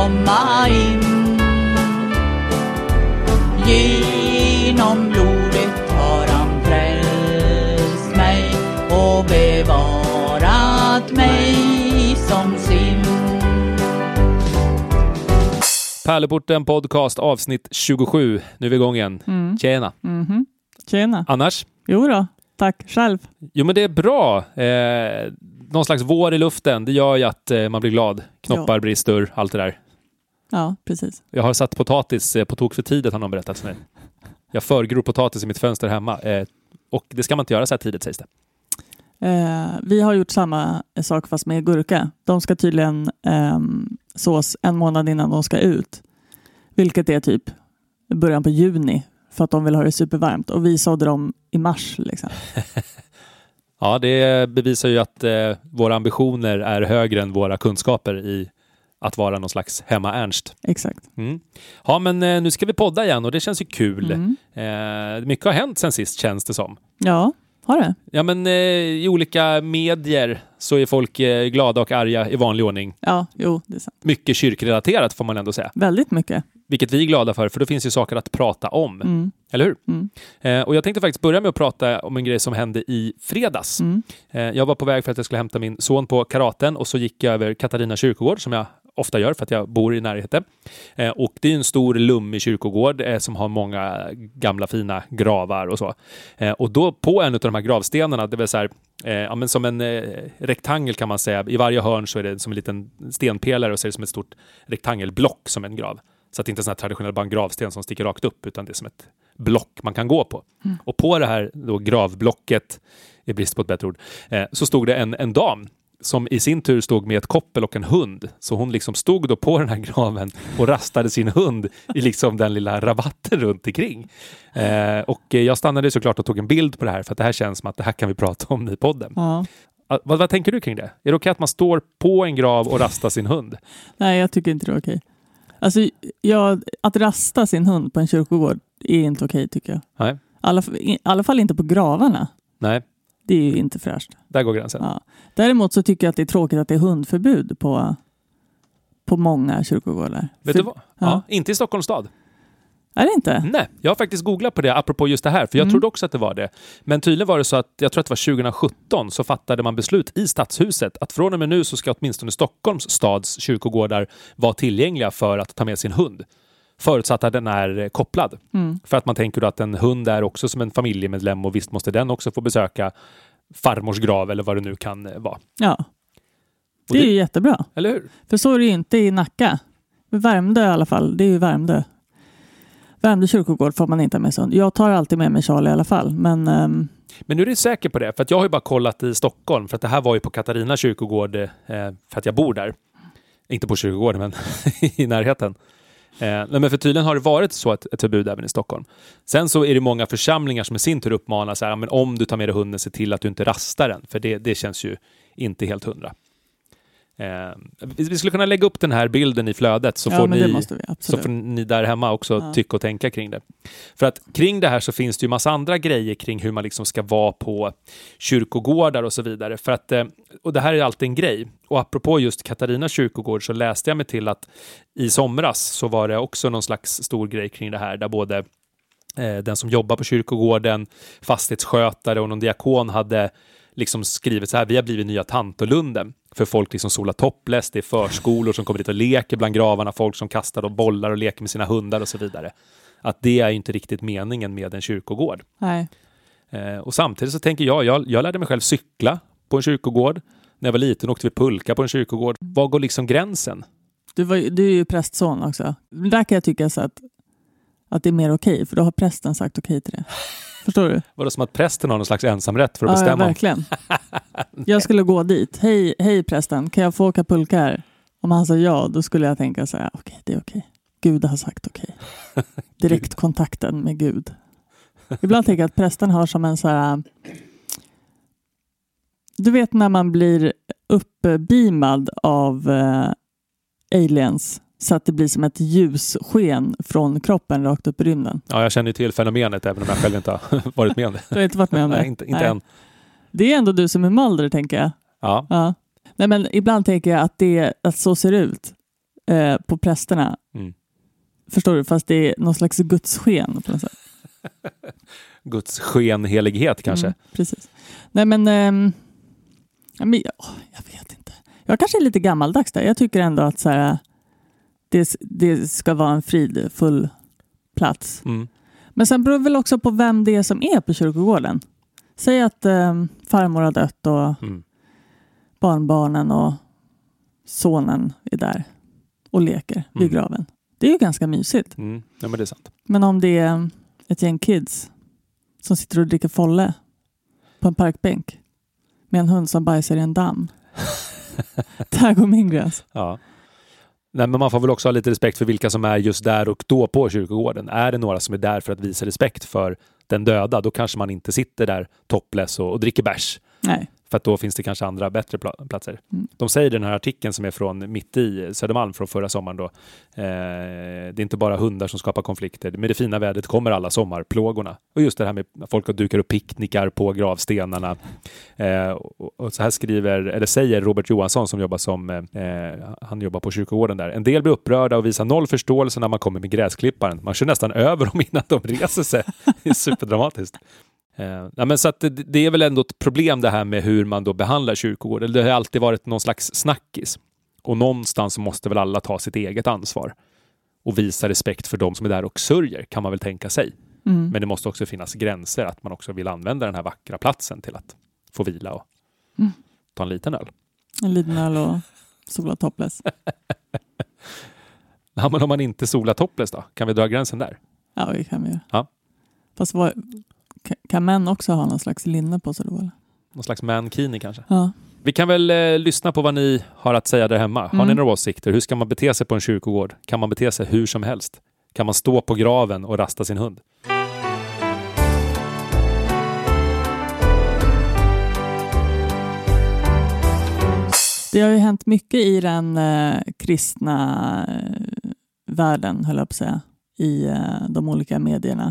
komma in. Genom blodet har han frälst mig och bevarat mig som sin. Pärleporten podcast avsnitt 27. Nu är vi igång igen. Tjena. Mm-hmm. Tjena. Annars? Jo då, tack själv. Jo men det är bra. Någon slags vår i luften. Det gör ju att man blir glad. Knoppar, brister, allt det där. Ja, precis. Jag har satt potatis på tok för tidigt, har någon berättat för mig. Jag förgror potatis i mitt fönster hemma. Och det ska man inte göra så här tidigt, sägs det. Vi har gjort samma sak fast med gurka. De ska tydligen sås en månad innan de ska ut. Vilket är typ början på juni. För att de vill ha det supervarmt. Och vi sådde dem i mars liksom. Ja, det bevisar ju att våra ambitioner är högre än våra kunskaper i att vara någon slags hemma-ernst. Exakt. Ja, men nu ska vi podda igen och det känns ju kul. Mycket har hänt sen sist, känns det som. Ja, har det? Ja, men i olika medier så är folk glada och arga i vanlig ordning. Ja, jo, det är sant. Mycket kyrkrelaterat får man ändå säga. Väldigt mycket. Vilket vi är glada för då finns ju saker att prata om. Eller hur? Och jag tänkte faktiskt börja med att prata om en grej som hände i fredags. Jag var på väg för att jag skulle hämta min son på karaten och så gick jag över Katarina kyrkogård som jag ofta gör för att jag bor i närheten. Och det är en stor lummig kyrkogård som har många gamla fina gravar och så. Och då på en av de här gravstenarna, det vill säga men som en rektangel kan man säga. I varje hörn så är det som en liten stenpelare och så är det som ett stort rektangelblock som en grav. Så att det inte är sån här traditionell bara en gravsten som sticker rakt upp utan det är som ett block man kan gå på. Och på det här då gravblocket, i brist på ett bättre ord, så stod det en dam som i sin tur stod med ett koppel och en hund. Så hon liksom stod då på den här graven och rastade sin hund i liksom den lilla rabatten runt omkring. Och jag stannade såklart och tog en bild på det här för att det här känns som att det här kan vi prata om i podden. Ja. Vad tänker du kring det? Är det okej att man står på en grav och rastar sin hund? Nej, jag tycker inte det är okej. Alltså, att rasta sin hund på en kyrkogård är inte okej tycker jag. Nej. I alla fall inte på gravarna. Nej. Det är ju inte fräscht. Där går gränsen. Ja. Däremot så tycker jag att det är tråkigt att det är hundförbud på många kyrkogårdar. Vet du vad? Ja, inte i Stockholms stad. Är det inte? Nej, jag har faktiskt googlat på det apropå just det här. För jag trodde också att det var det. Men tydligen var det så att, jag tror att det var 2017 så fattade man beslut i stadshuset att från och med nu så ska åtminstone Stockholms stads kyrkogårdar vara tillgängliga för att ta med sin hund. Förutsatt att den är kopplad. För att man tänker då att en hund är också som en familjemedlem och visst måste den också få besöka farmors grav eller vad det nu kan vara. Ja, det är ju jättebra. Eller hur? För så är det ju inte i Nacka. Värmdö i alla fall, det är ju Värmdö. Värmdö kyrkogård får man inte ha med sig. Jag tar alltid med mig Charlie i alla fall. Men nu är du säker på det? För att jag har ju bara kollat i Stockholm. För att det här var ju på Katarina kyrkogård för att jag bor där. Inte på kyrkogården men i närheten. Men för tydligen har det varit så ett förbud även i Stockholm. Sen så är det många församlingar som i sin tur uppmanar så här, men om du tar med dig hunden, se till att du inte rastar den. För det känns ju inte helt 100. Vi skulle kunna lägga upp den här bilden i flödet så får ni där hemma också tycka och tänka kring det. För att kring det här så finns det ju massa andra grejer kring hur man liksom ska vara på kyrkogårdar och så vidare. För att, och det här är alltid en grej. Och apropå just Katarina kyrkogård så läste jag mig till att i somras så var det också någon slags stor grej kring det här där både den som jobbar på kyrkogården, fastighetsskötare och någon diakon hade liksom skrivit så här: vi har blivit nya Tantolunden. För folk liksom solar topless, det är förskolor som kommer dit och leker bland gravarna, folk som kastar och bollar och leker med sina hundar och så vidare. Att det är inte riktigt meningen med en kyrkogård. Nej. Och samtidigt så tänker jag lärde mig själv cykla på en kyrkogård. När jag var liten åkte vi pulka på en kyrkogård. Var går liksom gränsen? Du är ju prästson också. Där kan jag tycka så att det är mer okej, för då har prästen sagt okej till det. Förstår du? Var det som att prästen har någon slags ensamrätt för att bestämma? Ja, verkligen. Jag skulle gå dit. Hej prästen, kan jag få åka pulka här? Om han sa ja, då skulle jag tänka så här, okej, det är okej. Gud har sagt okej. Direktkontakten med Gud. Ibland tänker jag att prästen har som en så här... Du vet när man blir uppbeamad av aliens så att det blir som ett ljussken från kroppen rakt upp i rymden. Ja, jag känner ju till fenomenet även om jag själv inte har varit med om det. Du har inte varit med om det? Nej, inte än. Det är ändå du som är Mulder, tänker jag. Ja. Nej, men ibland tänker jag att så ser det ut. på prästerna. Mm. Förstår du? Fast det är någon slags gudssken på något sätt. Guds skenhelighet kanske. Precis. Nej men, jag vet inte. Jag kanske är lite gammaldags där. Jag tycker ändå att så här, det ska vara en fridfull plats. Mm. Men sen beror det väl också på vem det är som är på kyrkogården. Säg att farmor har dött och barnbarnen och sonen är där och leker vid graven. Det är ju ganska mysigt. Mm. Ja, men det är sant. Men om det är ett gäng kids som sitter och dricker folle på en parkbänk med en hund som bajsar i en damm. Där går min gräns. Ja. Nej, men man får väl också ha lite respekt för vilka som är just där och då på kyrkogården. Är det några som är där för att visa respekt för den döda, då kanske man inte sitter där topless och dricker bärs. Nej. För att då finns det kanske andra bättre platser. De säger i den här artikeln som är från mitt i Södermalm från förra sommaren då. Det är inte bara hundar som skapar konflikter. Med det fina vädret kommer alla sommarplågorna. Och just det här med folk dukar upp picknickar på gravstenarna. Och så här säger Robert Johansson som jobbar han jobbar på kyrkogården där. En del blir upprörda och visar noll förståelse när man kommer med gräsklipparen. Man kör nästan över dem innan de reser sig. Det är superdramatiskt. Ja, men så att det är väl ändå ett problem det här med hur man då behandlar kyrkogården. Det har alltid varit någon slags snackis. Och någonstans måste väl alla ta sitt eget ansvar. Och visa respekt för de som är där och sörjer, kan man väl tänka sig. Men det måste också finnas gränser att man också vill använda den här vackra platsen till att få vila och ta en liten öl. En liten öl och sola topless. Ja, men om man inte solar topless då? Kan vi dra gränsen där? Ja, det kan vi göra. Ja. Fast kan män också ha någon slags linne på sig då? Eller? Någon slags mankini kanske? Ja. Vi kan väl lyssna på vad ni har att säga där hemma. Har ni några åsikter? Hur ska man bete sig på en kyrkogård? Kan man bete sig hur som helst? Kan man stå på graven och rasta sin hund? Det har ju hänt mycket i den kristna världen, höll jag på att säga, i de olika medierna.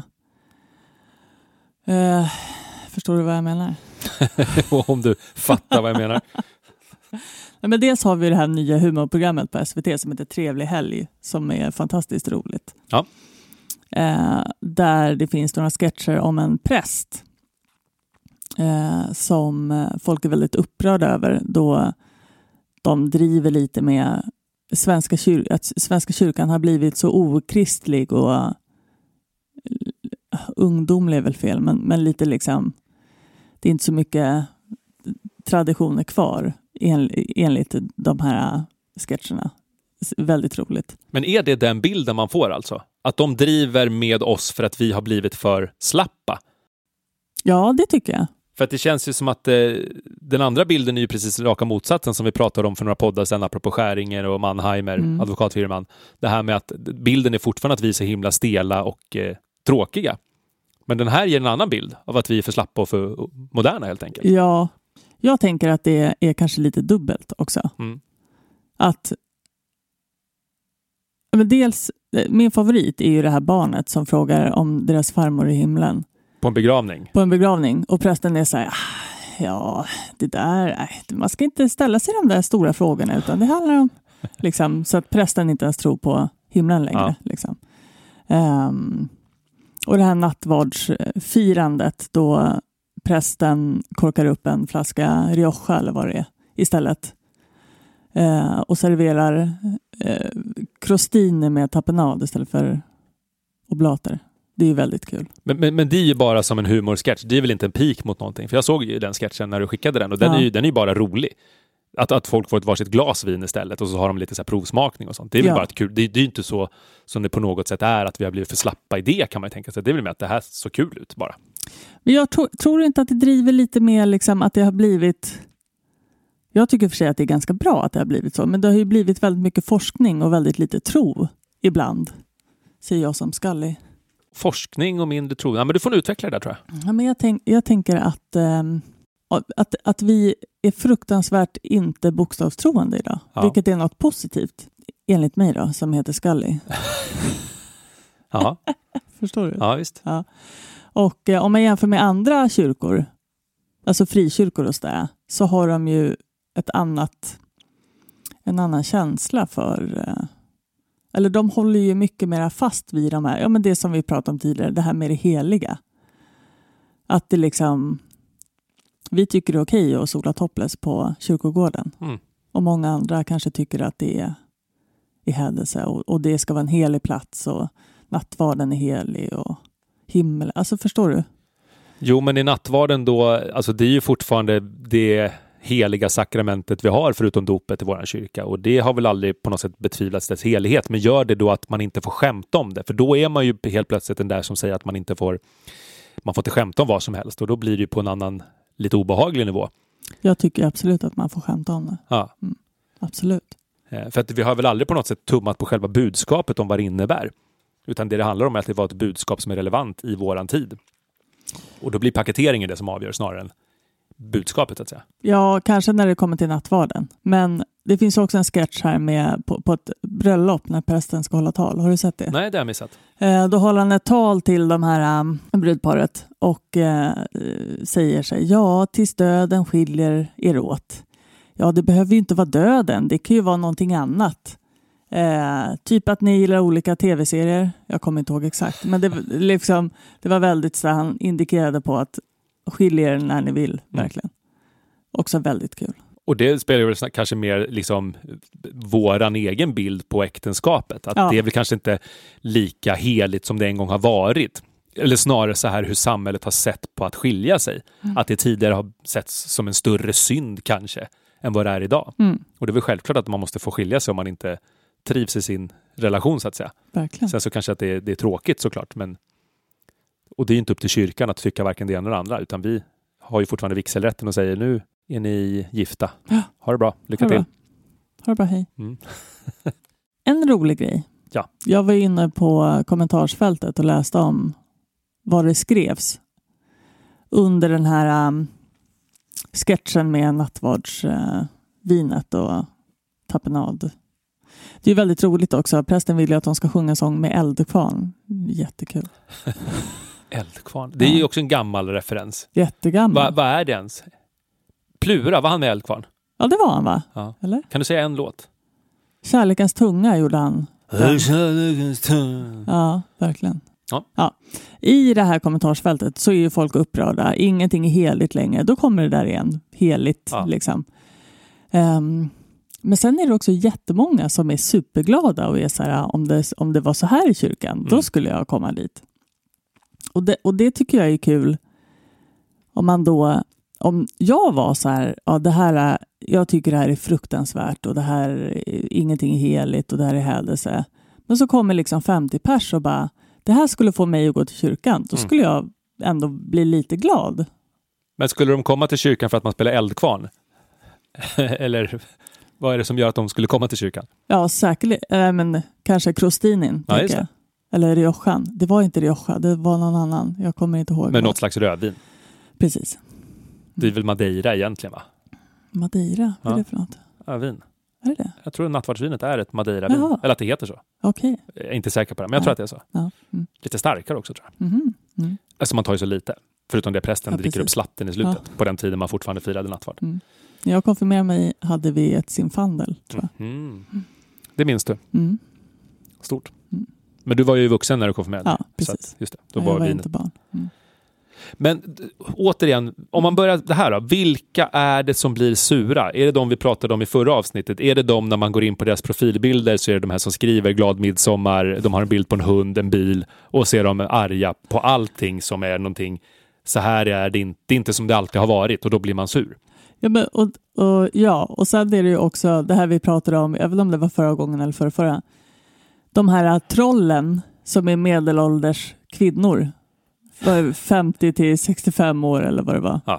Förstår du vad jag menar? Om du fattar vad jag menar. Men dels har vi det här nya humorprogrammet på SVT som heter Trevlig helg, som är fantastiskt roligt. Ja. Där det finns några sketcher om en präst som folk är väldigt upprörda över, då de driver lite med att Svenska kyrkan har blivit så okristlig och ungdomlig är väl fel, men lite liksom, det är inte så mycket traditioner kvar enligt de här sketcherna. Väldigt roligt. Men är det den bilden man får alltså? Att de driver med oss för att vi har blivit för slappa? Ja, det tycker jag. För att det känns ju som att den andra bilden är ju precis raka motsatsen som vi pratade om för några poddar sedan apropå Skäringer och Mannheimer, advokatfirman. Det här med att bilden är fortfarande att vi är så himla stela och tråkiga. Men den här ger en annan bild av att vi är för slappa och för moderna helt enkelt. Ja, jag tänker att det är kanske lite dubbelt också. Att men dels, min favorit är ju det här barnet som frågar om deras farmor i himlen. På en begravning. Och prästen är så här, ja, det där, man ska inte ställa sig de där stora frågorna, utan det handlar om, liksom, så att prästen inte ens tror på himlen längre. Ja. Liksom. Och det här nattvardsfirandet då prästen korkar upp en flaska Rioja eller vad det är istället. Och serverar crostini med tapenad istället för oblater. Det är ju väldigt kul. Men det är ju bara som en humorsketch. Det är väl inte en pik mot någonting. För jag såg ju den sketchen när du skickade den. Och den är ju bara rolig. Att folk får ett varsitt glas vin istället. Och så har de lite så här provsmakning och sånt. Det är väl bara ett kul. Det är ju inte så som det på något sätt är. Att vi har blivit för slappa i det, kan man ju tänka sig. Det är väl med att det här så kul ut bara. Men jag tror inte att det driver lite mer liksom att det har blivit... Jag tycker för sig att det är ganska bra att det har blivit så. Men det har ju blivit väldigt mycket forskning och väldigt lite tro ibland. Säger jag som skallig. Forskning och mindre tro. Ja, men du får utveckla det där, tror jag. Ja, men jag tänker att vi är fruktansvärt inte bokstavstroende idag. Ja. Vilket är något positivt, enligt mig då, som heter skallig. Ja. Förstår du? Ja, visst. Ja. Och om man jämför med andra kyrkor, alltså frikyrkor och sådär, så har de ju en annan känsla för eller de håller ju mycket mer fast vid de här, men det som vi pratade om tidigare, det här med det heliga. Att det liksom, vi tycker det är okej att sola topless på kyrkogården. Och många andra kanske tycker att det är hädelse och det ska vara en helig plats och nattvarden är helig och himmel. Alltså förstår du? Jo, men i nattvarden då, alltså det är ju fortfarande det heliga sakramentet vi har förutom dopet i våran kyrka. Och det har väl aldrig på något sätt betvivlats dess helighet. Men gör det då att man inte får skämta om det. För då är man ju helt plötsligt den där som säger att man får inte skämta om vad som helst. Och då blir det ju på en annan, lite obehaglig nivå. Jag tycker absolut att man får skämta om det. Ja. Absolut. För att vi har väl aldrig på något sätt tummat på själva budskapet om vad det innebär. Utan det handlar om att det var ett budskap som är relevant i våran tid. Och då blir paketeringen det som avgör snarare än budskapet, att säga. Ja, kanske när det kommer till nattvarden. Men det finns också en sketch här med på ett bröllop när prästen ska hålla tal. Har du sett det? Nej, det har jag missat. Då håller han ett tal till de här brudparet och säger sig, ja, tills döden skiljer er åt. Ja, det behöver ju inte vara döden. Det kan ju vara någonting annat. Typ att ni gillar olika tv-serier. Jag kommer inte ihåg exakt. Men det var väldigt så han indikerade på att skilja er när ni vill, verkligen. Också väldigt kul. Och det spelar ju kanske mer liksom våran egen bild på äktenskapet. Att det är väl kanske inte lika heligt som det en gång har varit. Eller snarare så här hur samhället har sett på att skilja sig. Att det tidigare har setts som en större synd kanske än vad det är idag. Och det är väl självklart att man måste få skilja sig om man inte trivs i sin relation, så att säga. Verkligen. Sen så kanske att det är tråkigt såklart, men och det är inte upp till kyrkan att tycka varken det ena eller andra, utan vi har ju fortfarande vigselrätten och säger nu är ni gifta. Ha det bra, lycka till. Ha det bra, hej. En rolig grej. Ja. Jag var inne på kommentarsfältet och läste om vad det skrevs under den här sketchen med nattvardsvinet och tapenad. Det är väldigt roligt också. Prästen vill ju att de ska sjunga en sång med eldkvarn. Jättekul. Eldkvarn. Det är ju också en gammal referens. Jättegammal. Vad är det ens? Plura, var han med eldkvarn? Ja, det var han, va? Ja. Eller? Kan du säga en låt? Kärlekens tunga gjorde han. Kärlekens tunga. Ja, verkligen. Ja. I det här kommentarsfältet så är ju folk upprörda. Ingenting är heligt längre. Då kommer det där igen. Heligt, liksom. Men sen är det också jättemånga som är superglada och är så här, om det var så här i kyrkan, då skulle jag komma dit. Och det tycker jag är kul. Om jag var så här, jag tycker det här är fruktansvärt och det här ingenting är heligt och det här är hädelse. Men så kommer liksom 50 pers och bara, det här skulle få mig att gå till kyrkan. Då skulle jag ändå bli lite glad. Men skulle de komma till kyrkan för att man spelar eldkvarn? Eller vad är det som gör att de skulle komma till kyrkan? Ja, säkert. Men kanske Krostinin. Ja, just det. Eller Riojan. Det var inte Rioja, det var någon annan. Jag kommer inte ihåg. Men något slags rödvin. Precis. Det är väl Madeira egentligen, va? Madeira? Vad är det för något? Ja, vin. Är det? Jag tror att nattvardsvinet är ett Madeira-vin. Jaha. Eller att det heter så. Okej. Jag är inte säker på det, men jag tror att det är så. Ja. Lite starkare också, tror jag. Alltså man tar ju så lite. Förutom det prästen dricker upp slatten i slutet. På den tiden man fortfarande firade nattvard. När jag konfirmerade mig hade vi ett simfandel, tror jag. Det minns du. Stort. Men du var ju vuxen när du konfirmerade. Ja, precis. Så att, just det. Då var inte barn. Men återigen, om man börjar det här då. Vilka är det som blir sura? Är det de vi pratade om i förra avsnittet? Är det de när man går in på deras profilbilder så är det de här som skriver glad midsommar, de har en bild på en hund, en bil och så är de arga på allting som är någonting. Så här är det inte som det alltid har varit och då blir man sur. Ja, men, och sen är det ju också det här vi pratade om, även om det var förra gången eller förra. De här trollen som är medelålders kvinnor. 50 till 65 år eller vad det var. Ja.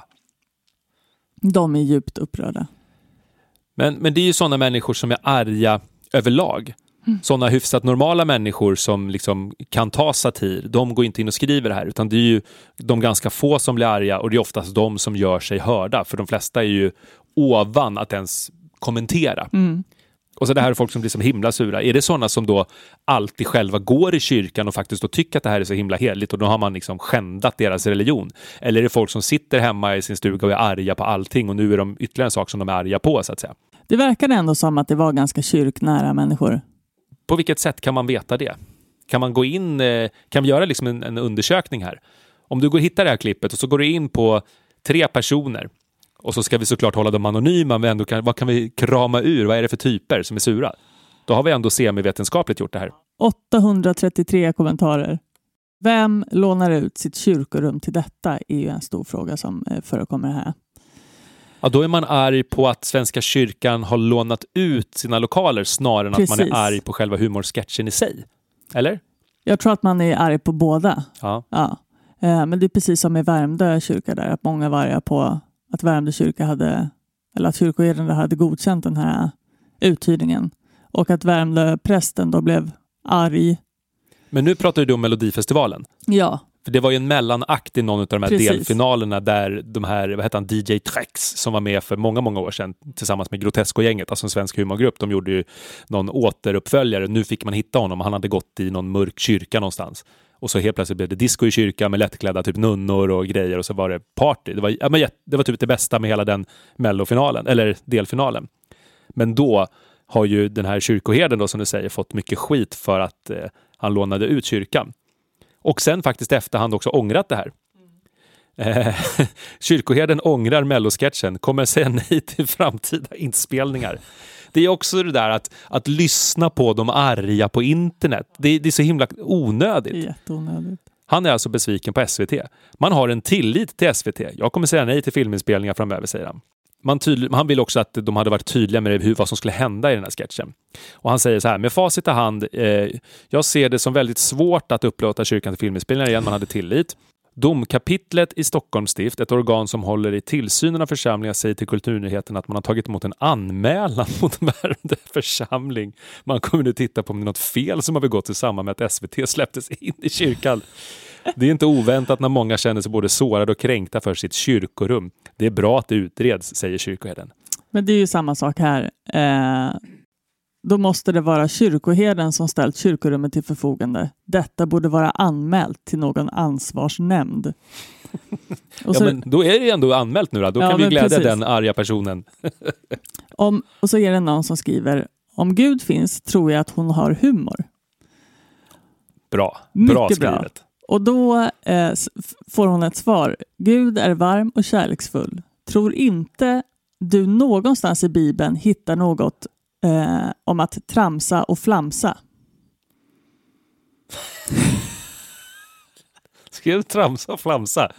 De är djupt upprörda. Men det är ju sådana människor som är arga överlag. Sådana hyfsat normala människor som liksom kan ta satir, de går inte in och skriver det här, utan det är ju de ganska få som blir arga och det är oftast de som gör sig hörda, för de flesta är ju ovan att ens kommentera. Och så det här är folk som blir som himla sura. Är det sådana som då alltid själva går i kyrkan och faktiskt då tycker att det här är så himla heligt och då har man liksom skändat deras religion? Eller är det folk som sitter hemma i sin stuga och är arga på allting och nu är de ytterligare en sak som de är arga på, så att säga? Det verkar ändå som att det var ganska kyrknära människor. På vilket sätt kan man veta det? Kan man gå in, kan vi göra liksom en undersökning här? Om du går och hittar det här klippet och så går du in på 3 personer och så ska vi såklart hålla dem anonyma, men ändå vad kan vi krama ur? Vad är det för typer som är sura? Då har vi ändå semivetenskapligt gjort det här. 833 kommentarer. Vem lånar ut sitt kyrkorum till detta är ju en stor fråga som förekommer här. Ja, då är man arg på att Svenska kyrkan har lånat ut sina lokaler snarare än att man är arg på själva humorsketchen i sig. Eller? Jag tror att man är arg på båda. Ja. Men det är precis som i Värmdö kyrka där, att många var arga på att Värmdö kyrka att kyrkoherden hade godkänt den här uthyrningen. Och att Värmdö prästen då blev arg. Men nu pratar du om Melodifestivalen. Ja. För det var ju en mellanakt i någon av de här delfinalerna där de här, vad heter han, DJ Trex som var med för många, många år sedan tillsammans med Grotesco-gänget, alltså en svensk humorgrupp. De gjorde ju någon återuppföljare. Nu fick man hitta honom. Han hade gått i någon mörk kyrka någonstans. Och så helt plötsligt blev det disco i kyrkan med lättklädda typ nunnor och grejer och så var det party. Det var typ det bästa med hela den mellofinalen, eller delfinalen. Men då har ju den här kyrkoherden då, som du säger, fått mycket skit för att han lånade ut kyrkan. Och sen faktiskt efterhand också ångrat det här. Kyrkoherden ångrar mellosketchen, kommer säga nej till framtida inspelningar. Det är också det där att lyssna på de arga på internet. Det är så himla onödigt. Det är jätteonödigt. Han är alltså besviken på SVT. Man har en tillit till SVT. Jag kommer säga nej till filminspelningar framöver, säger han. Han vill också att de hade varit tydliga med vad som skulle hända i den här sketchen. Och han säger så här, med facit i hand, jag ser det som väldigt svårt att upplåta kyrkan till filminspelningar igen, man hade tillit. Domkapitlet i Stockholms stift, ett organ som håller i tillsynen av församlingar, säger till Kulturnyheten att man har tagit emot en anmälan mot Värmdö församling. Man kommer nu titta på om det är något fel som har begått i samband med att SVT släpptes in i kyrkan. Det är inte oväntat när många känner sig både sårade och kränkta för sitt kyrkorum. Det är bra att det utreds, säger kyrkoherden. Men det är ju samma sak här. Då måste det vara kyrkoherden som ställt kyrkorummet till förfogande. Detta borde vara anmält till någon ansvarsnämnd. Och så, men då är det ändå anmält nu då. Då kan vi glädja den arga personen. Och så är det någon som skriver, om Gud finns tror jag att hon har humor. Bra Mycket skrivet. Bra. Och då får hon ett svar. Gud är varm och kärleksfull. Tror inte du någonstans i Bibeln hittar något om att tramsa och flamsa? Skrev tramsa och flamsa?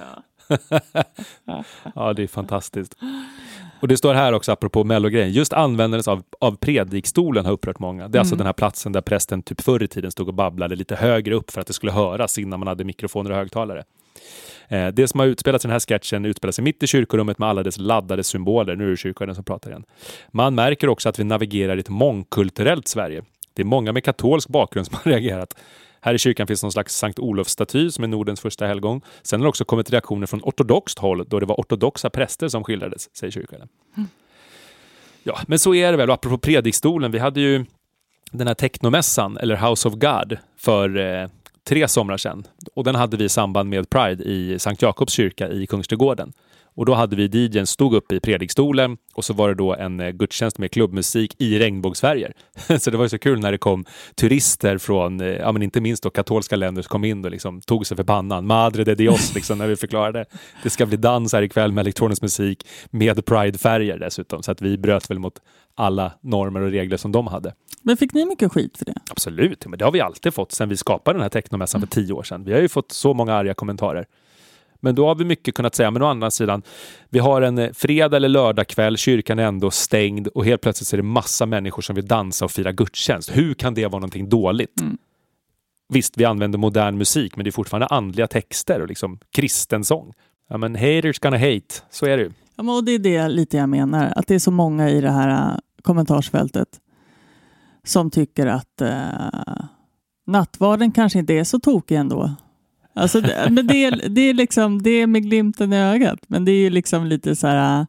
Ja, det är fantastiskt. Och det står här också apropå mellogrejen. Just användandet av predikstolen har upprört många. Det är alltså den här platsen där prästen typ förr i tiden stod och babblade lite högre upp för att det skulle höras innan man hade mikrofoner och högtalare. Det som har utspelats i den här sketchen utspelar sig mitt i kyrkorummet med alla dess laddade symboler. Nu är det kyrkoherden som pratar igen. Man märker också att vi navigerar i ett mångkulturellt Sverige. Det är många med katolsk bakgrund som har reagerat. Här i kyrkan finns någon slags Sankt Olof-staty som är Nordens första helgon. Sen har det också kommit reaktioner från ortodoxt håll då det var ortodoxa präster som skildrades, säger kyrkan. Ja, men så är det väl. Och apropå predikstolen, vi hade ju den här technomässan, eller House of God, för 3 somrar sedan. Och den hade vi i samband med Pride i Sankt Jakobs kyrka i Kungsträdgården. Och då hade vi DJ:n stod upp i predikstolen och så var det då en gudstjänst med klubbmusik i regnbågsfärger. Så det var ju så kul när det kom turister från, men inte minst då katolska länder som kom in och liksom tog sig för pannan. Madre de Dios, liksom, när vi förklarade. Det ska bli dans här ikväll med elektronisk musik med Pride-färger dessutom. Så att vi bröt väl mot alla normer och regler som de hade. Men fick ni mycket skit för det? Absolut, men det har vi alltid fått sedan vi skapade den här technomässan för 10 år sedan. Vi har ju fått så många arga kommentarer. Men då har vi mycket kunnat säga. Men å andra sidan, vi har en fredag eller lördagkväll, kyrkan är ändå stängd och helt plötsligt är det massa människor som vill dansa och fira gudstjänst. Hur kan det vara någonting dåligt? Visst, vi använder modern musik, men det är fortfarande andliga texter och liksom kristen sång. Ja, men haters gonna hate, så är det ju. Ja, men och det är det lite jag menar, att det är så många i det här kommentarsfältet som tycker att nattvarden kanske inte är så tokig ändå. Alltså, men det är liksom, det är med glimten i ögat, men det är ju liksom lite så här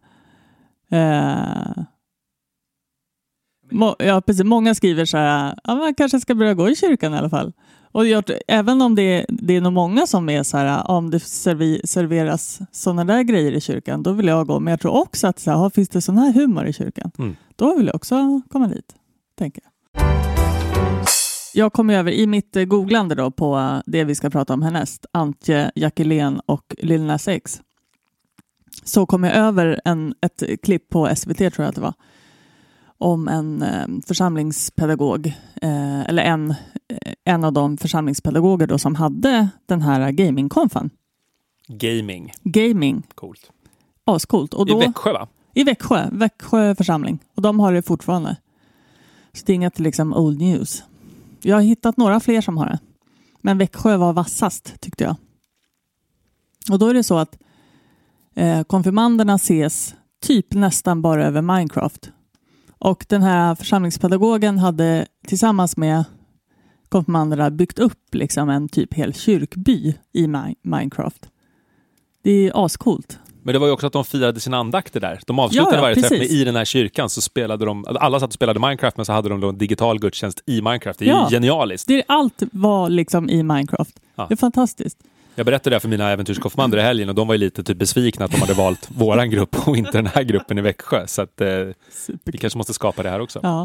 ja, precis, många skriver så här, ja, man kanske ska börja gå i kyrkan i alla fall. Och även om det är nog många som är så här, om det serveras sådana där grejer i kyrkan, då vill jag gå. Men jag tror också att så här, finns det sån här humor i kyrkan, då vill jag också komma dit, tänker jag. jag kom över i mitt googlande då på det vi ska prata om härnäst, Antje Jackelén och Lil Nas X. Så kom jag över ett klipp på SVT, tror jag att det var, om en församlingspedagog, eller en av de församlingspedagoger då som hade den här gamingkonfan. Gaming. Coolt. Ascoolt. Och då, I Växjö, va? I Växjö församling. Och de har det fortfarande. Så det är inget liksom old news. Jag har hittat några fler som har det. Men Växjö var vassast, tyckte jag. Och då är det så att konfirmanderna ses typ nästan bara över Minecraft. Och den här församlingspedagogen hade tillsammans med konfirmanderna byggt upp liksom en typ hel kyrkby i Minecraft. Det är ascoolt. Men det var ju också att de firade sina andakter där. De avslutade varje träff med i den här kyrkan, så spelade de, alla satt och spelade Minecraft, men så hade de då en digital gudstjänst i Minecraft. Det är ju genialiskt. Allt var liksom i Minecraft. Ja. Det är fantastiskt. Jag berättade det för mina äventyrskonfirmander i helgen och de var ju lite typ besvikna att de hade valt våran grupp och inte den här gruppen i Växjö. Så att vi kanske måste skapa det här också. Ja.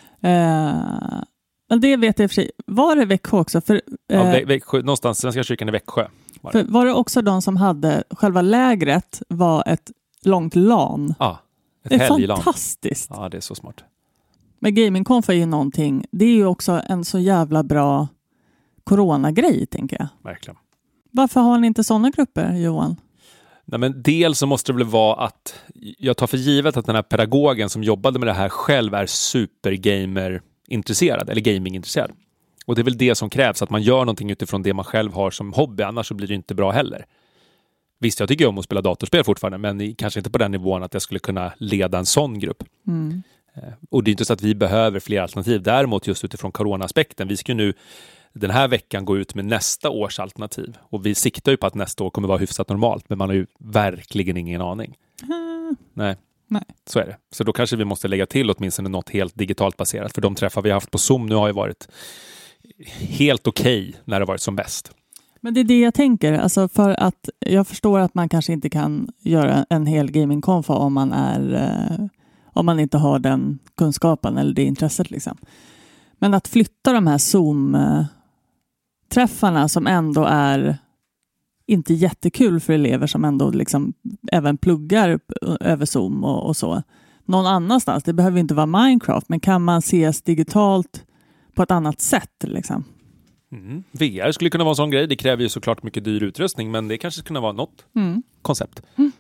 Men det vet jag för sig. Var det Växjö också? Växjö, någonstans, Svenska kyrkan i Växjö. Var det också de som hade själva lägret var ett långt LAN? Ja, det är fantastiskt. Ja, det är så smart. Men gamingkonf är ju någonting, det är ju också en så jävla bra coronagrej, tänker jag. Verkligen. Varför har ni inte sådana grupper, Johan? Nej, men dels så måste det väl vara att jag tar för givet att den här pedagogen som jobbade med det här själv är supergamer-intresserad eller gaming-intresserad. Och det är väl det som krävs, att man gör någonting utifrån det man själv har som hobby, annars så blir det inte bra heller. Visst, jag tycker om att spela datorspel fortfarande, men kanske inte på den nivån att jag skulle kunna leda en sån grupp. Mm. Och det är inte så att vi behöver fler alternativ. Däremot just utifrån corona-aspekten, vi ska nu den här veckan gå ut med nästa års alternativ. Och vi siktar ju på att nästa år kommer vara hyfsat normalt, men man har ju verkligen ingen aning. Nej. Så är det. Så då kanske vi måste lägga till åtminstone något helt digitalt baserat. För de träffar vi har haft på Zoom nu har ju varit helt okej när det varit som bäst. Men det är det jag tänker. Alltså för att jag förstår att man kanske inte kan göra en hel gamingkonfa om man inte har den kunskapen eller det intresset liksom. Men att flytta de här Zoom-träffarna som ändå är inte jättekul för elever som ändå liksom även pluggar över Zoom och så. Någon annanstans. Det behöver inte vara Minecraft, men kan man ses digitalt på ett annat sätt liksom? VR skulle kunna vara en sån grej. Det kräver ju såklart mycket dyr utrustning, men det kanske skulle kunna vara något koncept.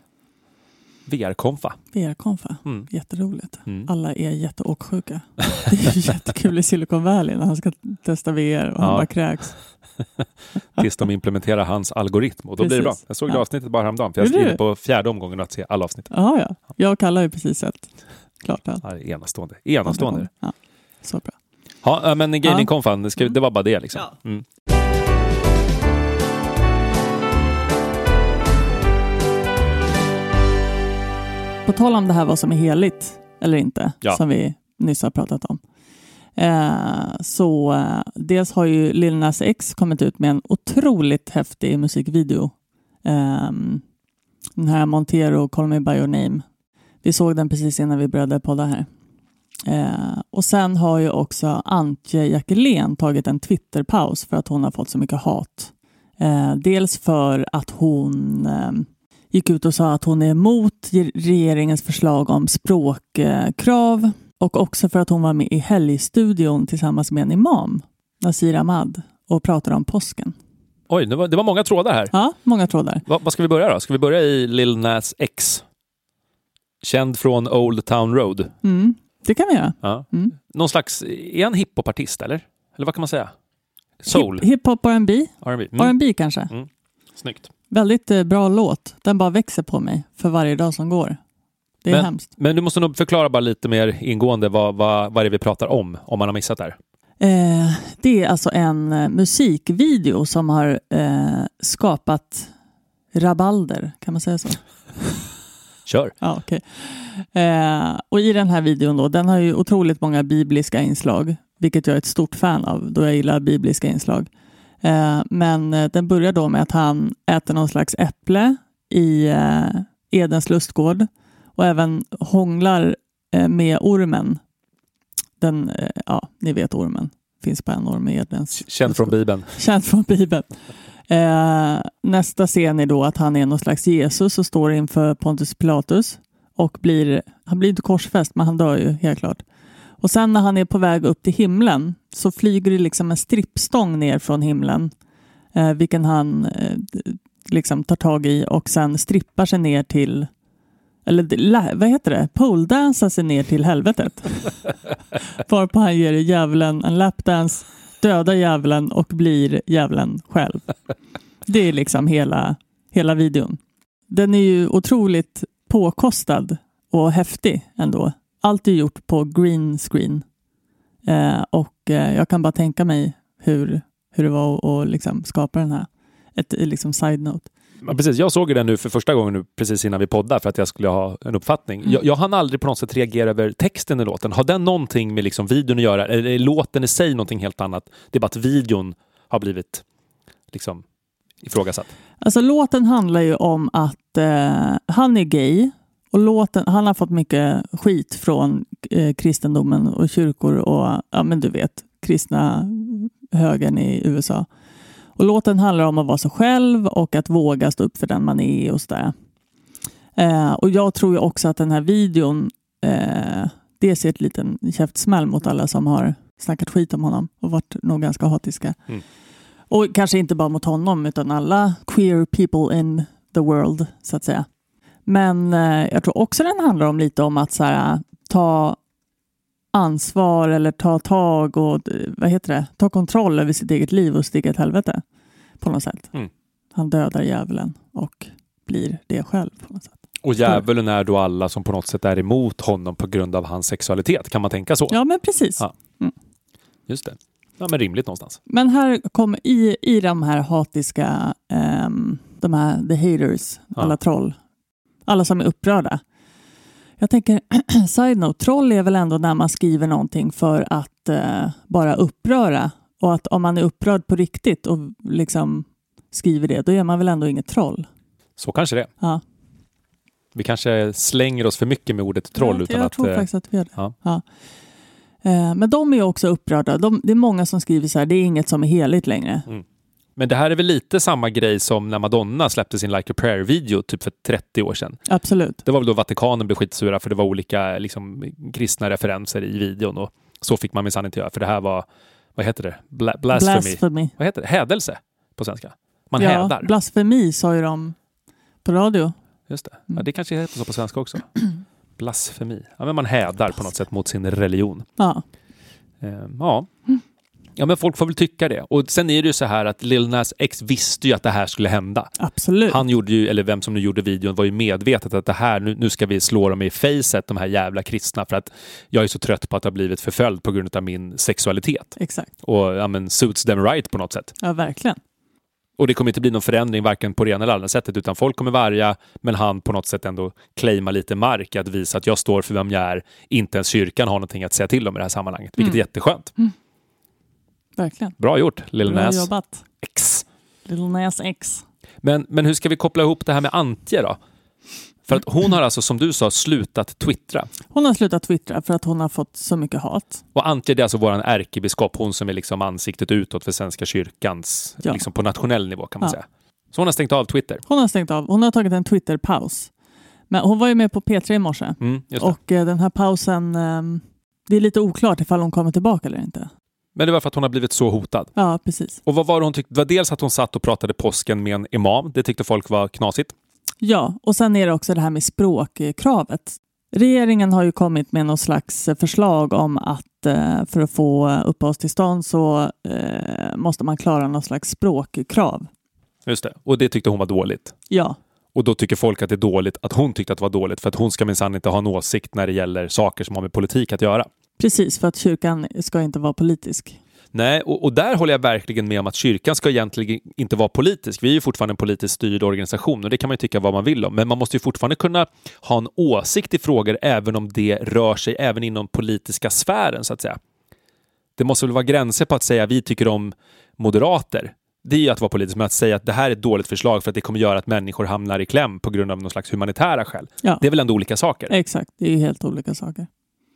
VR-konfa. Jätteroligt. Alla är jätteåksjuka. Det är ju jättekul i Silicon Valley när han ska testa VR och han bara kräks. Tills de implementerar hans algoritm och då blir det bra. Jag såg det avsnittet bara häromdagen, för jag skriver på 4:e omgången att se alla avsnitt. Ja. Jag kallar ju precis sett. Klart allt. Ja, det är enastående. Ja, så bra. Ja, men gamingkonfan, det var bara det liksom. Ja. På tal om det här vad som är heligt eller inte, som vi nyss har pratat om. Dels har ju Lil Nas X kommit ut med en otroligt häftig musikvideo. Den här Montero, Call Me By Your Name. Vi såg den precis innan vi började podda här. Och sen har ju också Antje Jackelén tagit en Twitter-paus för att hon har fått så mycket hat. Dels för att hon gick ut och sa att hon är emot regeringens förslag om språkkrav. Och också för att hon var med i helgstudion tillsammans med en imam, Nasir Ahmad, och pratade om påsken. Oj, det var många trådar här. Ja, många trådar. Vad ska vi börja då? Ska vi börja i Lil Nas X? Känd från Old Town Road. Det kan vi göra. Ja. Någon slags, är han hiphopartist eller? Eller vad kan man säga? Soul? Hiphop R&B. R&B kanske. Snyggt. Väldigt bra låt. Den bara växer på mig för varje dag som går. Det är hemskt. Men du måste nog förklara bara lite mer ingående vad det är vi pratar om man har missat där. Det är alltså en musikvideo som har skapat rabalder, kan man säga så? Kör. Ja, okej. Och i den här videon då, den har ju otroligt många bibliska inslag, vilket jag är ett stort fan av då jag gillar bibliska inslag. Men den börjar då med att han äter någon slags äpple i Edens lustgård och även hånglar med ormen. Ni vet ormen. finns på en Norm Edens. Känd från Bibeln. Känd från Bibeln. Nästa scen är då att han är någon slags Jesus och står inför Pontius Pilatus. Och han blir inte korsfäst, men han dör ju helt klart. Och sen när han är på väg upp till himlen så flyger det liksom en strippstång ner från himlen. Vilken han liksom tar tag i och sen strippar sig ner till, eller vad heter det? Poledansar sig ner till helvetet. Varpå han ger djävulen en lapdance, dödar djävulen och blir djävulen själv. Det är liksom hela videon. Den är ju otroligt påkostad och häftig ändå. Allt är gjort på green screen. Och jag kan bara tänka mig hur det var att liksom skapa den här. Ett liksom side-note. Ja, precis. Jag såg den nu för första gången nu, precis innan vi poddar för att jag skulle ha en uppfattning. Jag hann aldrig på något sätt reagera över texten i låten. Har den någonting med liksom videon att göra? Eller är låten i sig någonting helt annat? Det är bara att videon har blivit liksom ifrågasatt. Alltså låten handlar ju om att han är gay. Och han har fått mycket skit från kristendomen och kyrkor och ja men du vet, kristna högern i USA. Och låten handlar om att vara sig själv och att våga stå upp för den man är och sådär. Och jag tror ju också att den här videon det ser ett liten käftsmäll mot alla som har snackat skit om honom och varit nog ganska hatiska. Mm. Och kanske inte bara mot honom utan alla queer people in the world så att säga. Men jag tror också den handlar om lite om att så här, ta ansvar eller ta tag och ta kontroll över sitt eget liv och sitt eget helvete på något sätt. Mm. Han dödar djävulen och blir det själv på något sätt. Och djävulen är då alla som på något sätt är emot honom på grund av hans sexualitet. Kan man tänka så? Ja, men precis. Ja. Mm. Just det. Ja, men rimligt någonstans. Men här kommer i de här hatiska de här the haters, alla troll. Alla som är upprörda. Jag tänker, side-note, troll är väl ändå när man skriver någonting för att bara uppröra. Och att om man är upprörd på riktigt och liksom skriver det, då är man väl ändå inget troll. Så kanske det. Ja. Vi kanske slänger oss för mycket med ordet troll. Jag tror faktiskt att vi gör det. Ja. Men de är också upprörda. Det är många som skriver så här, det är inget som är heligt längre. Mm. Men det här är väl lite samma grej som när Madonna släppte sin Like a Prayer-video typ för 30 år sedan. Absolut. Det var väl då Vatikanen blev skitsura för det var olika liksom, kristna referenser i videon och så fick man minsann inte göra för det här var, vad heter det? Blasphemy. Vad heter det? Hädelse på svenska. Man hädar. Blasfemi sa ju de på radio. Just det. Ja, det kanske heter så på svenska också. Blasfemi. Ja, men man hädar på något sätt mot sin religion. Ja. Ja. Ja, men folk får väl tycka det. Och sen är det ju så här att Lil Nas X visste ju att det här skulle hända. Absolut. Han gjorde ju, eller vem som nu gjorde videon var ju medvetet att det här, nu ska vi slå dem i facet, de här jävla kristna, för att jag är så trött på att ha blivit förföljd på grund av min sexualitet. Exakt. Och ja, men suits them right på något sätt. Ja, verkligen. Och det kommer inte bli någon förändring varken på det ena eller andra sättet, utan folk kommer varga, men han på något sätt ändå claima lite mark att visa att jag står för vem jag är. Inte ens kyrkan har någonting att säga till om i det här sammanhanget, vilket är jätteskönt. Mm. Verkligen. Bra gjort, Lil Nas jobbat. X. Lil Nas X. Men hur ska vi koppla ihop det här med Antje då? För att hon har alltså, som du sa, slutat twittra. Hon har slutat twittra för att hon har fått så mycket hat. Och Antje, det är alltså våran ärkebiskop, hon som är liksom ansiktet utåt för Svenska kyrkans, liksom på nationell nivå kan man säga. Så hon har stängt av Twitter. Hon har stängt av. Hon har tagit en Twitter-paus. Men hon var ju med på P3 i morse. Och den här pausen, det är lite oklart ifall hon kommer tillbaka eller inte. Men det var för att hon har blivit så hotad. Ja, precis. Och vad var det hon tyckte? Det var dels att hon satt och pratade påsken med en imam. Det tyckte folk var knasigt. Ja, och sen är det också det här med språkkravet. Regeringen har ju kommit med någon slags förslag om att för att få uppehållstillstånd så måste man klara någon slags språkkrav. Just det, och det tyckte hon var dåligt. Ja. Och då tycker folk att det är dåligt att hon tyckte att det var dåligt för att hon ska minsann inte ha en åsikt när det gäller saker som har med politik att göra. Precis, för att kyrkan ska inte vara politisk. Nej, och där håller jag verkligen med om att kyrkan ska egentligen inte vara politisk. Vi är ju fortfarande en politiskt styrd organisation och det kan man ju tycka vad man vill om. Men man måste ju fortfarande kunna ha en åsikt i frågor även om det rör sig även inom politiska sfären så att säga. Det måste väl vara gränser på att säga vi tycker om moderater. Det är ju att vara politisk, men att säga att det här är ett dåligt förslag för att det kommer göra att människor hamnar i kläm på grund av någon slags humanitära skäl. Ja. Det är väl ändå olika saker? Exakt, det är ju helt olika saker.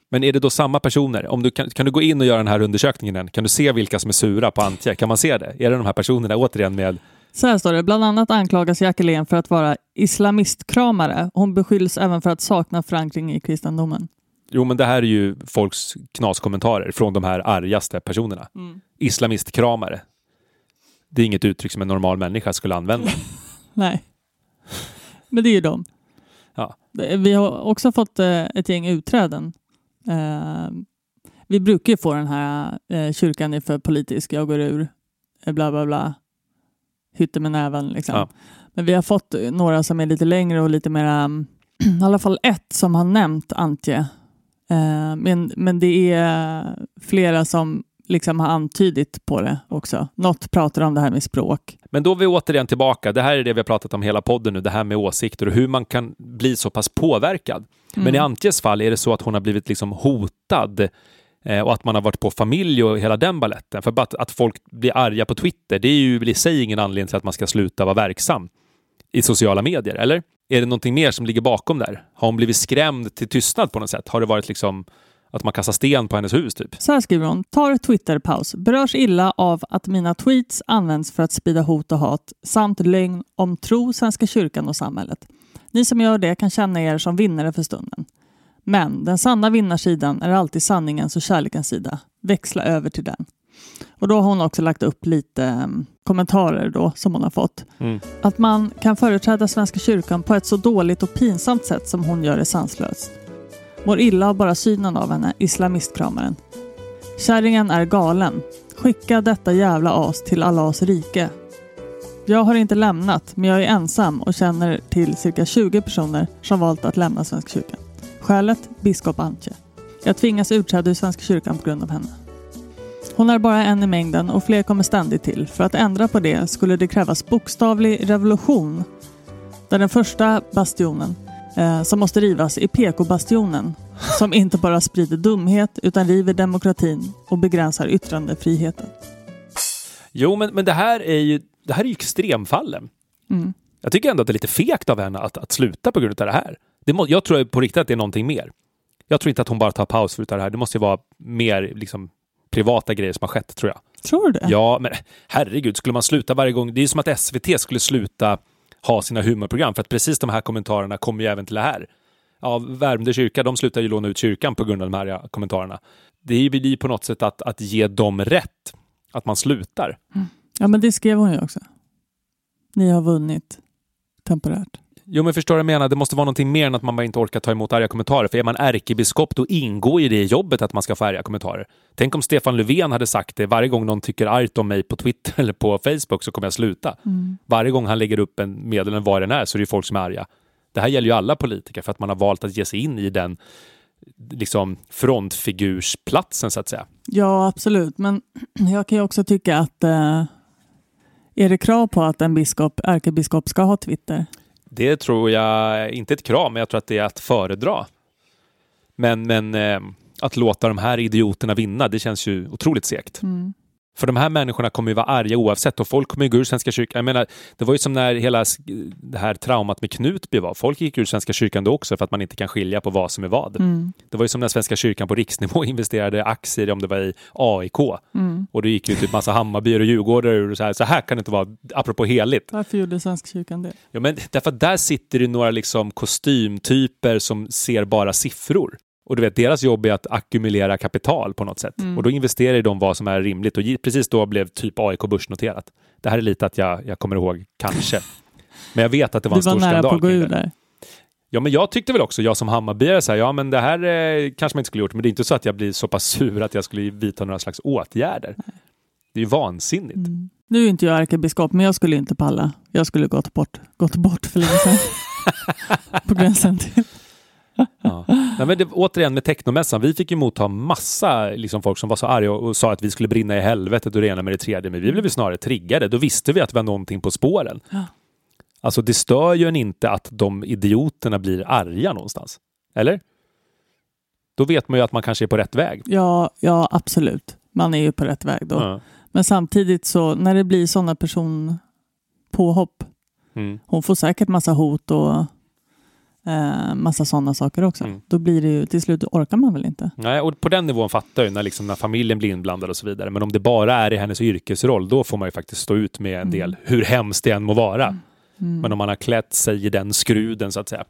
Men är det då samma personer? Om du kan du gå in och göra den här undersökningen än? Kan du se vilka som är sura på Antje? Kan man se det? Är det de här personerna återigen med... Så här står det. Bland annat anklagas Jacqueline för att vara islamistkramare. Hon beskylls även för att sakna förankring i kristendomen. Jo, men det här är ju folks knaskommentarer från de här argaste personerna. Islamistkramare. Det är inget uttryck som en normal människa skulle använda. Nej. Men det är ju de. Ja. Vi har också fått ett gäng utträden. Vi brukar ju få den här kyrkan är för politisk, jag går ur, bla bla bla. Hytter med näven liksom. Ja. Men vi har fått några som är lite längre och lite mer, i alla fall ett som har nämnt Antje. Men det är flera som liksom har antydit på det också. Något pratar om det här med språk. Men då är vi återigen tillbaka. Det här är det vi har pratat om hela podden nu. Det här med åsikter och hur man kan bli så pass påverkad. Men i Antjes fall är det så att hon har blivit liksom hotad och att man har varit på familj och hela den balletten. För att folk blir arga på Twitter, det är ju i sig ingen anledning till att man ska sluta vara verksam i sociala medier, eller? Är det någonting mer som ligger bakom där? Har hon blivit skrämd till tystnad på något sätt? Har det varit liksom att man kastar sten på hennes hus typ? Så här skriver hon. Tar Twitter-paus. Berörs illa av att mina tweets används för att sprida hot och hat samt lögn om tro, Svenska kyrkan och samhället. Ni som gör det kan känna er som vinnare för stunden. Men den sanna vinnarsidan är alltid sanningens och kärlekens sida. Växla över till den. Och då har hon också lagt upp lite kommentarer då som hon har fått. Att man kan företräda Svenska kyrkan på ett så dåligt och pinsamt sätt som hon gör är sanslöst. Mår illa av bara synen av henne, islamistkramaren. Kärringen är galen. Skicka detta jävla as till Allahs rike. Jag har inte lämnat, men jag är ensam och känner till cirka 20 personer som valt att lämna Svenska kyrkan. Skälet? Biskop Antje. Jag tvingas utträda ur Svenska kyrkan på grund av henne. Hon är bara en i mängden och fler kommer ständigt till. För att ändra på det skulle det krävas bokstavlig revolution. Där den första bastionen som måste rivas är PK-bastionen. Som inte bara sprider dumhet utan river demokratin och begränsar yttrandefriheten. Jo, men det här är ju extremfallen. Jag tycker ändå att det är lite fegt av henne att sluta på grund av det här. Jag tror på riktigt att det är någonting mer. Jag tror inte att hon bara tar paus för det här. Det måste ju vara mer liksom privata grejer som har skett, tror jag. Tror du det? Ja, men herregud, skulle man sluta varje gång? Det är ju som att SVT skulle sluta ha sina humorprogram, för att precis de här kommentarerna kommer ju även till det här. Ja, Värmdö kyrka, de slutar ju låna ut kyrkan på grund av de här kommentarerna. Det är ju på något sätt att ge dem rätt, att man slutar. Ja, men det skrev hon ju också. Ni har vunnit temporärt. Jo, men förstår du vad jag menar? Det måste vara någonting mer än att man bara inte orkar ta emot arga kommentarer. För är man ärkebiskop, då ingår i det jobbet att man ska få arga kommentarer. Tänk om Stefan Löfven hade sagt det. Varje gång någon tycker argt om mig på Twitter eller på Facebook så kommer jag sluta. Varje gång han lägger upp en meddelande var den är så är det folk som är arga. Det här gäller ju alla politiker för att man har valt att ge sig in i den liksom frontfigursplatsen så att säga. Ja, absolut. Men jag kan ju också tycka att är det krav på att en ärkebiskop ska ha Twitter? Det tror jag inte ett krav, men jag tror att det är att föredra. Men att låta de här idioterna vinna, det känns ju otroligt segt. För de här människorna kommer ju vara arga oavsett och folk kommer ju gå ur Svenska kyrkan. Jag menar, det var ju som när hela det här traumat med Knutby var. Folk gick ur Svenska kyrkan då också för att man inte kan skilja på vad som är vad. Det var ju som när Svenska kyrkan på riksnivå investerade aktier om det var i AIK. Och då gick ju typ massa Hammarbyar och Djurgårdar ur och så här kan det inte vara, apropå heligt. Varför gjorde Svenska kyrkan det? Ja, men därför att där sitter det några liksom kostymtyper som ser bara siffror. Och du vet, deras jobb är att ackumulera kapital på något sätt. Och då investerar de vad som är rimligt. Och precis då blev typ AIK börsnoterat. Det här är lite att jag kommer ihåg, kanske. Men jag vet att det var en stor skandal. Du var nära på att gå ur där. Ja, men jag tyckte väl också, jag som Hammarbyare, så här, ja men det här kanske man inte skulle gjort. Men det är inte så att jag blir så pass sur att jag skulle vidta några slags åtgärder. Det är ju vansinnigt. Nu är inte jag ärkebiskop, men jag skulle inte palla. Jag skulle gått bort för länge sedan. På gränsen till... Ja. Nej, men återigen med Technomässan, vi fick ju motta massa liksom, folk som var så arga och sa att vi skulle brinna i helvetet och det ena med det tredje, men vi blev ju snarare triggade. Då visste vi att det var någonting på spåren. Alltså det stör ju en inte att de idioterna blir arga någonstans. Eller? Då vet man ju att man kanske är på rätt väg. Ja, absolut. Man är ju på rätt väg då. Ja. Men samtidigt så, när det blir sådana personpåhopp, hon får säkert massa hot och massa sådana saker också. Då blir det ju, till slut orkar man väl inte. Nej, och på den nivån fattar jag när familjen blir inblandad och så vidare. Men om det bara är i hennes yrkesroll, då får man ju faktiskt stå ut med en del, hur hemskt det än må vara. Men om man har klätt sig i den skruden så att säga.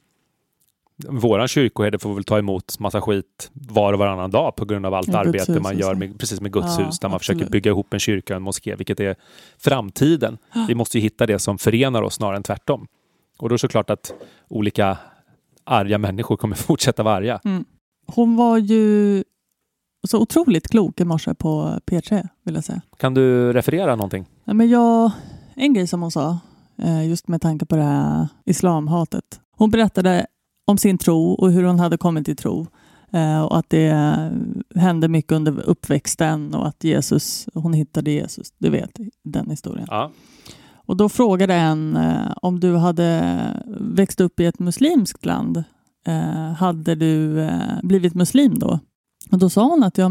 Våran kyrkoherde får väl ta emot massa skit var och varannan dag på grund av allt arbete man gör med Guds hus, där man försöker bygga ihop en kyrka och en moské, vilket är framtiden. Vi måste ju hitta det som förenar oss snarare än tvärtom. Och då är det såklart att olika arga människor kommer fortsätta vara arga. Hon var ju så otroligt klok i morse på P3, vill jag säga. Kan du referera någonting? Ja, men en grej som hon sa, just med tanke på det här islamhatet. Hon berättade om sin tro och hur hon hade kommit till tro. Och att det hände mycket under uppväxten och att hon hittade Jesus. Du vet den historien. Ja. Och då frågade en om du hade växt upp i ett muslimskt land. Hade du blivit muslim då? Och då sa hon att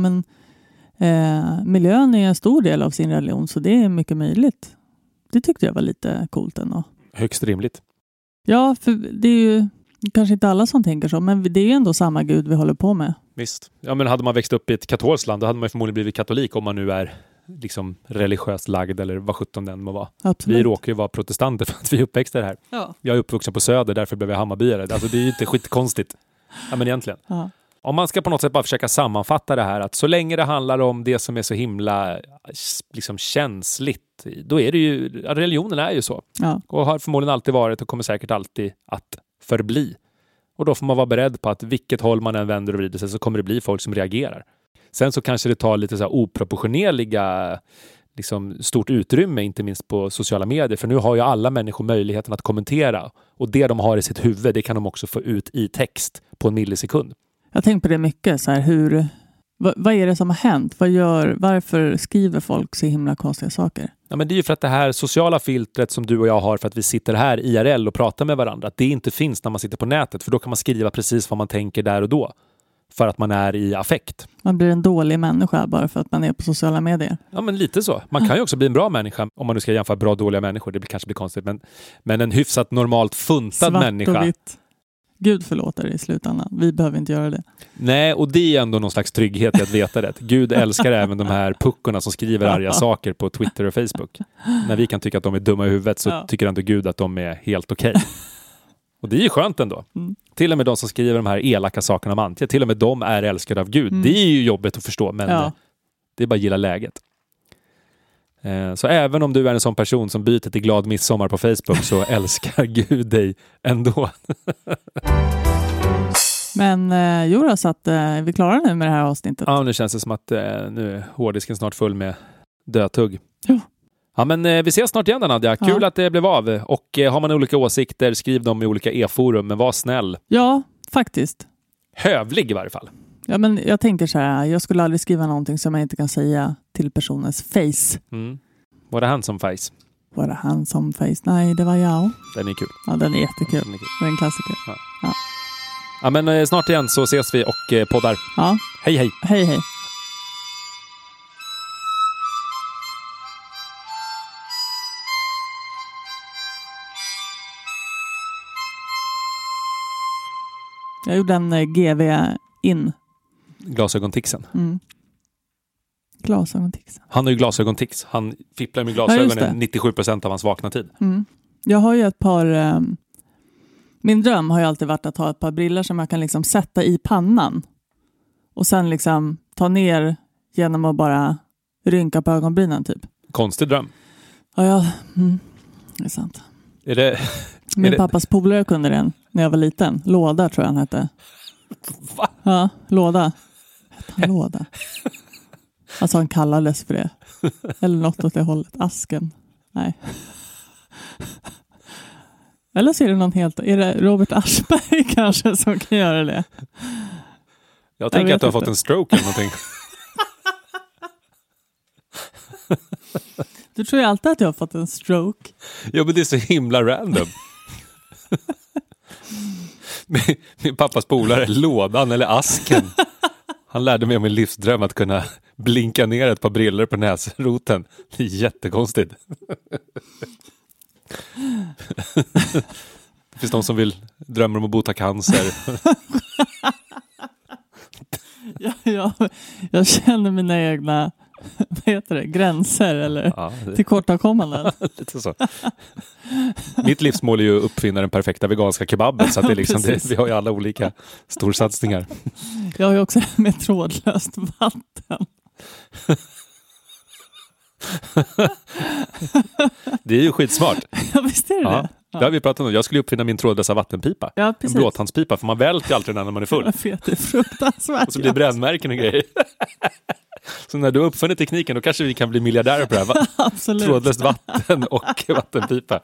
miljön är en stor del av sin religion, så det är mycket möjligt. Det tyckte jag var lite coolt ändå. Högst rimligt. Ja, för det är ju kanske inte alla som tänker så, men det är ju ändå samma Gud vi håller på med. Visst. Ja, men hade man växt upp i ett katolskt land, då hade man förmodligen blivit katolik om man nu är liksom religiöst lagd eller vad 17 den må vara. Absolut. Vi råkar ju vara protestanter för att vi är uppväxta här. Ja. Jag är uppvuxen på Söder, därför blev jag Hammarbyare. Alltså det är ju inte skitkonstigt. Ja, men egentligen. Ja. Om man ska på något sätt bara försöka sammanfatta det här, att så länge det handlar om det som är så himla liksom känsligt, då är det ju, religionen är ju så. Ja. Och har förmodligen alltid varit och kommer säkert alltid att förbli. Och då får man vara beredd på att vilket håll man än vänder och vrider sig, så kommer det bli folk som reagerar. Sen så kanske det tar lite så här oproportionerliga liksom stort utrymme, inte minst på sociala medier. För nu har ju alla människor möjligheten att kommentera. Och det de har i sitt huvud, det kan de också få ut i text på en millisekund. Jag tänker på det mycket. Så här, vad är det som har hänt? Varför skriver folk så himla konstiga saker? Ja, men det är ju för att det här sociala filtret som du och jag har för att vi sitter här IRL och pratar med varandra, att det inte finns när man sitter på nätet. För då kan man skriva precis vad man tänker där och då. För att man är i affekt. Man blir en dålig människa bara för att man är på sociala medier. Ja, men lite så. Man kan ju också bli en bra människa, om man nu ska jämföra bra och dåliga människor. Det kanske blir konstigt, men en hyfsat normalt funtad människa. Svart och vitt. Gud förlåter i slutändan. Vi behöver inte göra det. Nej, och det är ändå någon slags trygghet i att veta det. Gud älskar även de här puckorna som skriver arga saker på Twitter och Facebook. När vi kan tycka att de är dumma i huvudet, så tycker ändå Gud att de är helt okej. Och det är ju skönt ändå. Till och med de som skriver de här elaka sakerna om Antje, till och med de är älskade av Gud. Det är ju jobbigt att förstå, men det är bara att gilla läget. Så även om du är en sån person som byter till glad midsommar på Facebook, så älskar Gud dig ändå. Men Jonas, att är vi klara nu med det här avsnittet? Ja, nu känns det som att nu är hårddisken snart full med dödtugg. Ja. Ja, men vi ses snart igen, Nadja. Kul att det blev av. Och har man olika åsikter, skriv dem i olika e-forum, men var snäll. Ja, faktiskt. Hövlig i varje fall. Ja, men jag tänker så här, jag skulle aldrig skriva någonting som jag inte kan säga till personens face. Var det han som face? Var det han som face? Nej, det var jag. Den är kul. Ja, den är jättekul. Det är en klassiker. Ja, men snart igen så ses vi och poddar. Ja. Hej, hej. Hej, hej. Jag gjorde en GV in. Glasögontixen. Glasögontixen. Han har ju glasögontix. Han fipplar med glasögonen 97% av hans vakna tid. Jag har ju ett par... min dröm har ju alltid varit att ha ett par briller som jag kan liksom sätta i pannan. Och sen liksom ta ner genom att bara rynka på ögonbrynen typ. Konstig dröm. Ja, det är sant. Är det... Min pappas polare kunde den när jag var liten. Låda tror jag han hette. Va? Ja, Låda. Hette han Låda? Alltså han kallades för det. Eller något åt det hållet. Asken. Nej. Eller så är det någon helt... Är det Robert Aschberg kanske som kan göra det? Jag tänker att du har fått en stroke eller någonting. Du tror ju alltid att jag har fått en stroke. Ja, men det är så himla random. Min pappas polare, Lådan eller Asken. Han lärde mig om min livsdröm att kunna blinka ner ett par briller på näsroten. Det är jättekonstigt. Det finns de som drömmer om att bota cancer. Jag känner mina egna gränser eller tillkortakommanden. Lite så. Mitt livsmål är ju att uppfinna den perfekta veganska kebaben, så att det är liksom vi har ju alla olika storsatsningar. Jag har ju också med trådlöst vatten. Det är ju skitsmart. Ja, visst är det. Det har vi pratat om. Jag skulle uppfinna min trådlösa vattenpipa. Ja, en blåtandspipa, för man välter ju alltid den när man är full. Jag vet, det är fruktansvärt. Och så blir det brännmärken och grejer. Så när du uppfinner tekniken, då kanske vi kan bli miljardärer på det här. Absolut. Trådlöst vatten och vattenpipa.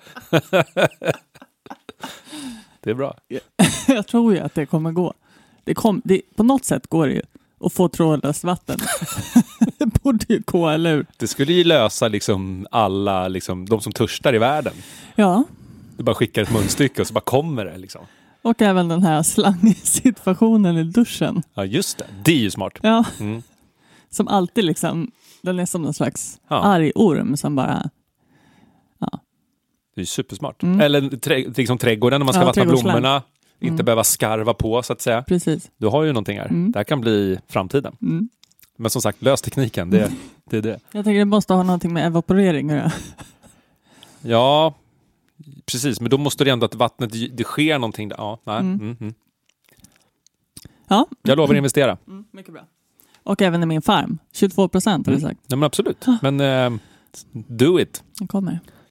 Det är bra. Jag tror ju att det kommer gå. På något sätt går det ju att få trådlöst vatten. Det borde ju gå, eller hur? Det skulle ju lösa liksom alla, liksom, de som törstar i världen. Ja. Du bara skickar ett munstycke och så bara kommer det. Liksom. Och även den här slangsituationen i duschen. Ja, just det. Det är ju smart. Ja. Mm. Som alltid liksom, den är som någon slags arg orm som bara... Ja. Det är ju supersmart. Eller liksom trädgården när man ska vattna blommorna. Inte behöva skarva på, så att säga. Precis. Du har ju någonting här. Det här kan bli framtiden. Men som sagt, lös tekniken. Det är det. Jag tänker det måste ha någonting med evaporering att göra. Ja, precis. Men då måste det ändå att vattnet, det sker någonting. Ja, nej. Ja. Jag lovar att investera. Mycket bra. Och även i min farm. 22% har du sagt. Ja, men absolut. Men do it. Den kommer.